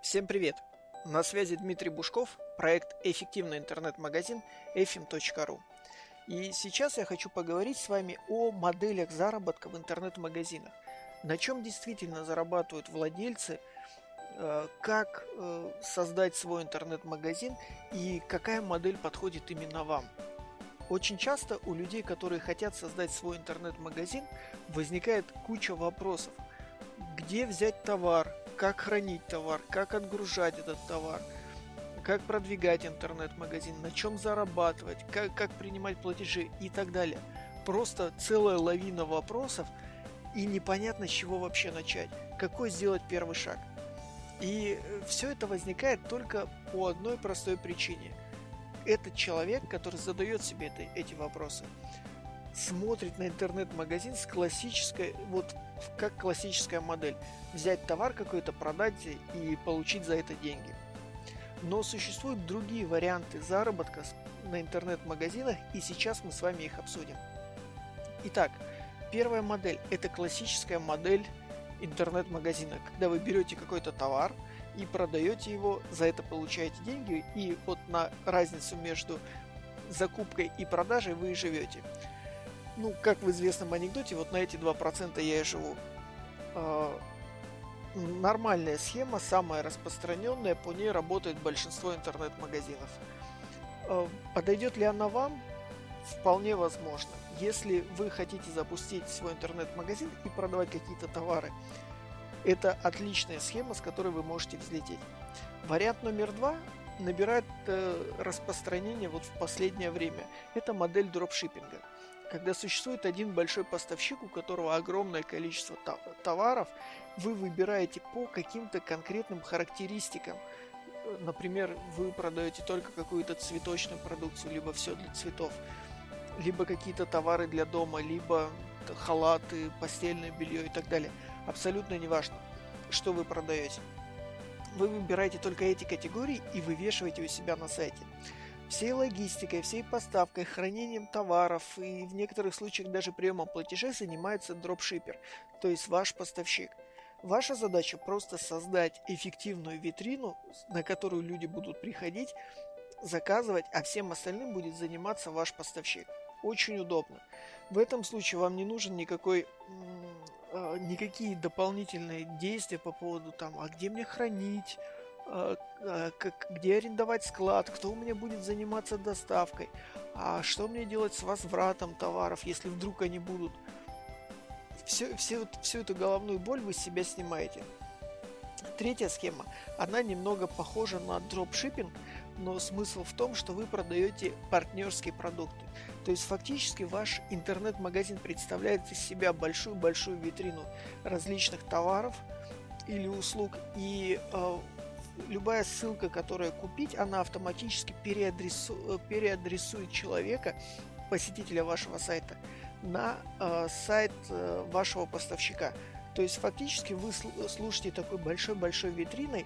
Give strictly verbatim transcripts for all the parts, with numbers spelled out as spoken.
Всем привет! На связи Дмитрий Бушков, проект «Эффективный интернет-магазин эфим точка ру». И сейчас я хочу поговорить с вами о моделях заработка в интернет-магазинах. На чем действительно зарабатывают владельцы, как создать свой интернет-магазин и какая модель подходит именно вам. Очень часто у людей, которые хотят создать свой интернет-магазин, возникает куча вопросов. Где взять товар? Как хранить товар? Как отгружать этот товар? Как продвигать интернет-магазин? На чем зарабатывать? Как, как принимать платежи? И так далее. Просто целая лавина вопросов, и непонятно, с чего вообще начать. Какой сделать первый шаг? И все это возникает только по одной простой причине. Этот человек, который задает себе это, эти вопросы, смотрит на интернет-магазин с классической, вот как классическая модель. Взять товар какой-то, продать и получить за это деньги. Но существуют другие варианты заработка на интернет-магазинах, и сейчас мы с вами их обсудим. Итак, первая модель – это классическая модель интернет-магазина, когда вы берете какой-то товар и продаете его, за это получаете деньги, и вот на разницу между закупкой и продажей вы и живете. Ну, как в известном анекдоте, вот на эти два процента я и живу. Нормальная схема, самая распространенная, по ней работает большинство интернет-магазинов. Подойдет ли она вам? Вполне возможно. Если вы хотите запустить свой интернет-магазин и продавать какие-то товары, это отличная схема, с которой вы можете взлететь. Вариант номер два набирает распространение вот в последнее время. Это модель дропшиппинга. Когда существует один большой поставщик, у которого огромное количество товаров, вы выбираете по каким-то конкретным характеристикам. Например, вы продаете только какую-то цветочную продукцию, либо все для цветов, либо какие-то товары для дома, либо халаты, постельное белье и так далее. Абсолютно неважно, что вы продаете. Вы выбираете только эти категории и вывешиваете у себя на сайте. Всей логистикой, всей поставкой, хранением товаров и в некоторых случаях даже приемом платежей занимается дропшиппер, то есть ваш поставщик. Ваша задача просто создать эффективную витрину, на которую люди будут приходить, заказывать, а всем остальным будет заниматься ваш поставщик. Очень удобно. В этом случае вам не нужен никакой, никакие дополнительные действия по поводу там, а где мне хранить, как, где арендовать склад, кто у меня будет заниматься доставкой, а что мне делать с возвратом товаров, если вдруг они будут. Все, все, всю эту головную боль вы с себя снимаете. Третья схема, она немного похожа на дропшиппинг, но смысл в том, что вы продаете партнерские продукты. То есть фактически ваш интернет-магазин представляет из себя большую-большую витрину различных товаров или услуг, и э, любая ссылка, которая купить, она автоматически переадресу, переадресует человека, посетителя вашего сайта, на э, сайт э, вашего поставщика. То есть фактически вы служите такой большой-большой витриной,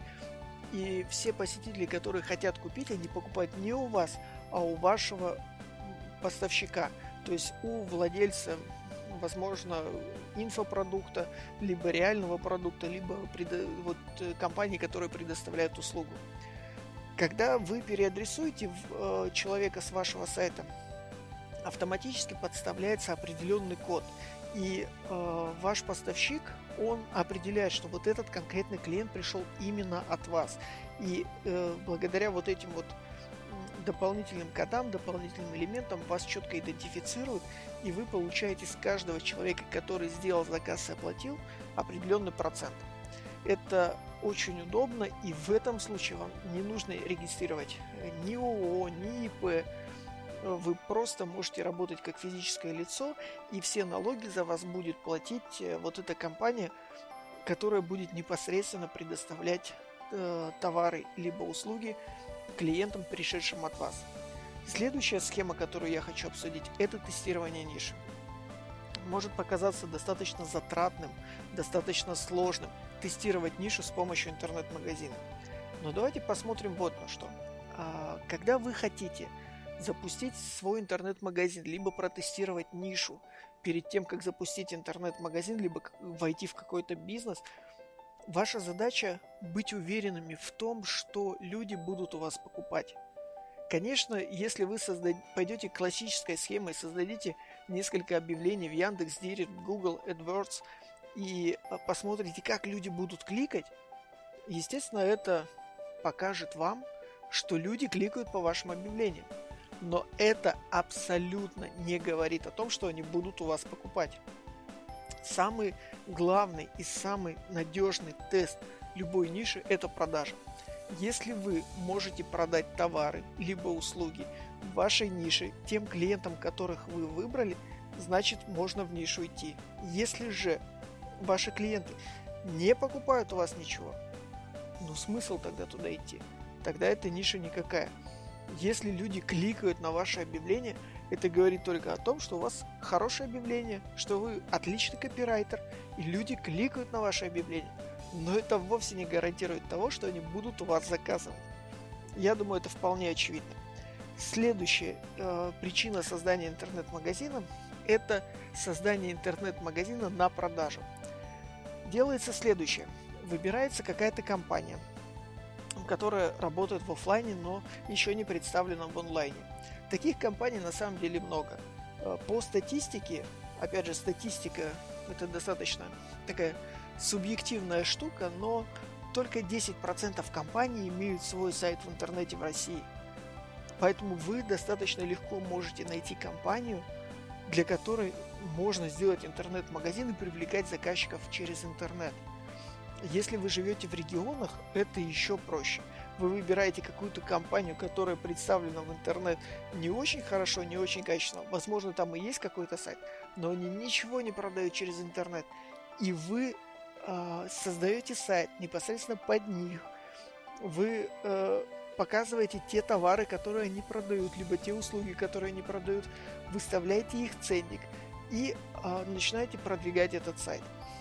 и все посетители, которые хотят купить, они покупают не у вас, а у вашего поставщика. То есть у владельца, возможно, инфопродукта, либо реального продукта, либо предо... вот, компании, которые предоставляют услугу. Когда вы переадресуете э, человека с вашего сайта, автоматически подставляется определенный код. И э, ваш поставщик, он определяет, что вот этот конкретный клиент пришел именно от вас. И э, благодаря вот этим вот дополнительным кодам, дополнительным элементам вас четко идентифицируют, и вы получаете с каждого человека, который сделал заказ и оплатил, определенный процент. Это очень удобно, и в этом случае вам не нужно регистрировать ни ООО, ни ИП. Вы просто можете работать как физическое лицо, и все налоги за вас будет платить вот эта компания, которая будет непосредственно предоставлять э, товары либо услуги клиентам, пришедшим от вас. Следующая схема, которую я хочу обсудить, это тестирование ниши. Может показаться достаточно затратным, достаточно сложным тестировать нишу с помощью интернет-магазина. Но давайте посмотрим вот на что. Когда вы хотите запустить свой интернет-магазин, либо протестировать нишу перед тем, как запустить интернет-магазин, либо войти в какой-то бизнес, Ваша задача быть уверенными в том, что люди будут у вас покупать. Конечно, если вы создад... пойдете классической схемой, создадите несколько объявлений в Яндекс.Директ, Google AdWords и а, посмотрите, как люди будут кликать, естественно, это покажет вам, что люди кликают по вашим объявлениям. Но это абсолютно не говорит о том, что они будут у вас покупать. Самый главный и самый надежный тест любой ниши – это продажа. Если вы можете продать товары либо услуги в вашей нише тем клиентам, которых вы выбрали, значит можно в нишу идти. Если же ваши клиенты не покупают у вас ничего, ну смысл тогда туда идти? Тогда эта ниша никакая. Если люди кликают на ваше объявление, это говорит только о том, что у вас хорошее объявление, что вы отличный копирайтер, и люди кликают на ваше объявление. Но это вовсе не гарантирует того, что они будут у вас заказывать. Я думаю, это вполне очевидно. Следующая э, причина создания интернет-магазина – это создание интернет-магазина на продажу. Делается следующее. Выбирается какая-то компания, которая работает в офлайне, но еще не представлена в онлайне. Таких компаний на самом деле много. По статистике, опять же, статистика – это достаточно такая субъективная штука, но только десять процентов компаний имеют свой сайт в интернете в России. Поэтому вы достаточно легко можете найти компанию, для которой можно сделать интернет-магазин и привлекать заказчиков через интернет. Если вы живете в регионах, это еще проще. Вы выбираете какую-то компанию, которая представлена в интернет не очень хорошо, не очень качественно. Возможно, там и есть какой-то сайт, но они ничего не продают через интернет. И вы э, создаете сайт непосредственно под них. Вы э, показываете те товары, которые они продают, либо те услуги, которые они продают, выставляете их ценник и э, начинаете продвигать этот сайт.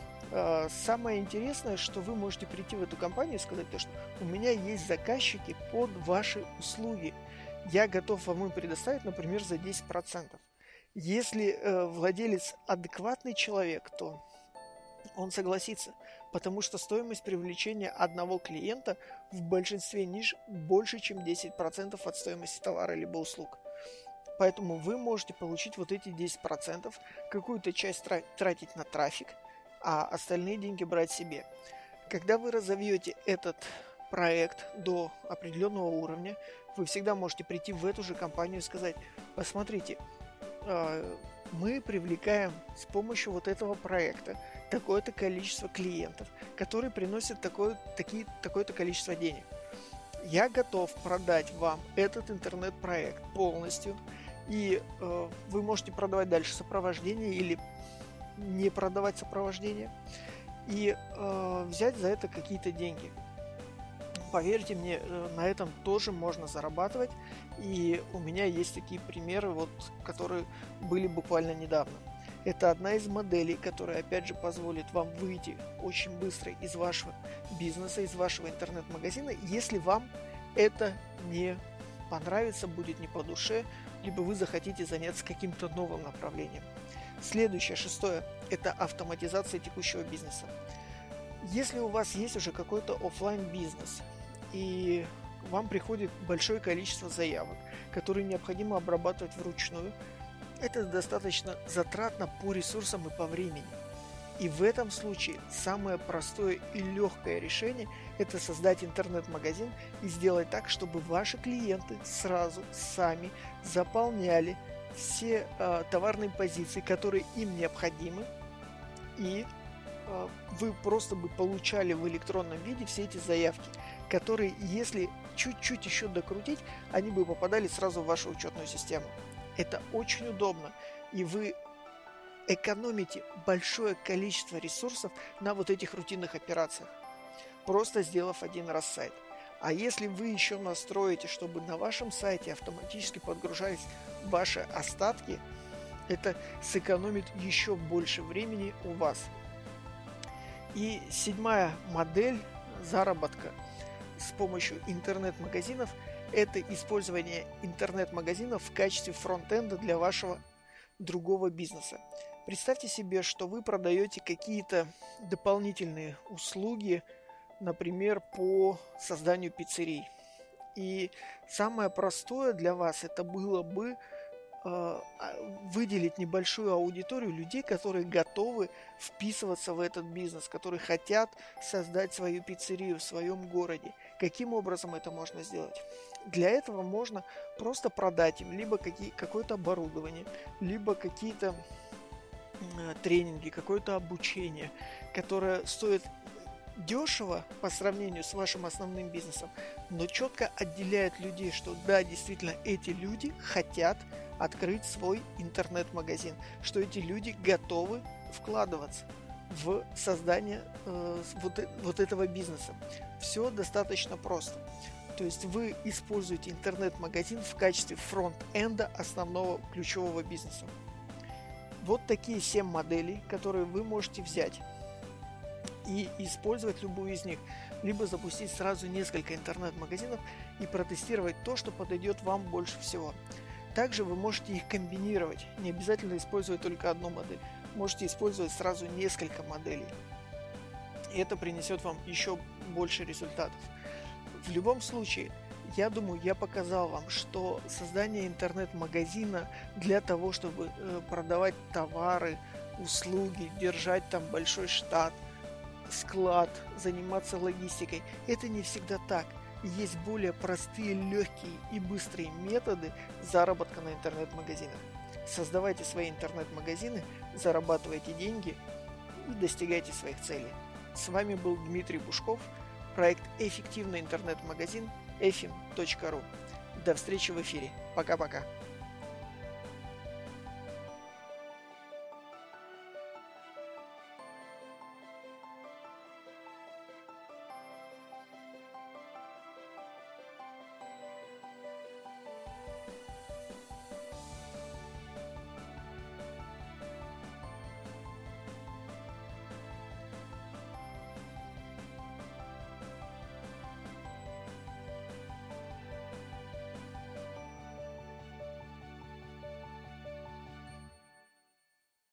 Самое интересное, что вы можете прийти в эту компанию и сказать, что у меня есть заказчики под ваши услуги. Я готов вам им предоставить, например, за десять процентов. Если э, владелец адекватный человек, то он согласится, потому что стоимость привлечения одного клиента в большинстве ниш больше, чем десять процентов от стоимости товара либо услуг. Поэтому вы можете получить вот эти десять процентов, какую-то часть тратить на трафик, а остальные деньги брать себе. Когда вы разовьете этот проект до определенного уровня, вы всегда можете прийти в эту же компанию и сказать: посмотрите, мы привлекаем с помощью вот этого проекта такое-то количество клиентов, которые приносят такое, такие, такое-то количество денег. Я готов продать вам этот интернет-проект полностью, и э, вы можете продавать дальше сопровождение или не продавать сопровождение и э, взять за это какие-то деньги. Поверьте мне, на этом тоже можно зарабатывать, и у меня есть такие примеры, вот, которые были буквально недавно. Это одна из моделей, которая опять же позволит вам выйти очень быстро из вашего бизнеса, из вашего интернет-магазина, если вам это не понравится, будет не по душе, либо вы захотите заняться каким-то новым направлением. Следующее, шестое, это автоматизация текущего бизнеса. Если у вас есть уже какой-то офлайн бизнес и вам приходит большое количество заявок, которые необходимо обрабатывать вручную, это достаточно затратно по ресурсам и по времени. И в этом случае самое простое и легкое решение – это создать интернет-магазин и сделать так, чтобы ваши клиенты сразу сами заполняли все э, товарные позиции, которые им необходимы, и э, вы просто бы получали в электронном виде все эти заявки, которые, если чуть-чуть еще докрутить, они бы попадали сразу в вашу учетную систему. Это очень удобно, и вы экономите большое количество ресурсов на вот этих рутинных операциях, просто сделав один раз сайт. А если вы еще настроите, чтобы на вашем сайте автоматически подгружались ваши остатки, это сэкономит еще больше времени у вас. И седьмая модель заработка с помощью интернет-магазинов – это использование интернет-магазинов в качестве фронт-энда для вашего другого бизнеса. Представьте себе, что вы продаете какие-то дополнительные услуги, например, по созданию пиццерий. И самое простое для вас это было бы э, выделить небольшую аудиторию людей, которые готовы вписываться в этот бизнес, которые хотят создать свою пиццерию в своем городе. Каким образом это можно сделать? Для этого можно просто продать им либо какие, какое-то оборудование, либо какие-то э, тренинги, какое-то обучение, которое стоит дешево по сравнению с вашим основным бизнесом, но четко отделяет людей, что да, действительно, эти люди хотят открыть свой интернет-магазин, что эти люди готовы вкладываться в создание э, вот, вот этого бизнеса. Все достаточно просто. То есть вы используете интернет-магазин в качестве фронт-энда основного ключевого бизнеса. Вот такие семь моделей, которые вы можете взять и использовать любую из них, либо запустить сразу несколько интернет-магазинов и протестировать то, что подойдет вам больше всего. Также вы можете их комбинировать, не обязательно использовать только одну модель, можете использовать сразу несколько моделей, и это принесет вам еще больше результатов. В любом случае, я думаю, я показал вам, что создание интернет-магазина для того, чтобы продавать товары, услуги, держать там большой штат, склад, заниматься логистикой, это не всегда так. Есть более простые, легкие и быстрые методы заработка на интернет-магазинах. Создавайте свои интернет-магазины, зарабатывайте деньги и достигайте своих целей. С вами был Дмитрий Бушков, проект «Эффективный интернет-магазин» эфим точка ру. До встречи в эфире. Пока-пока.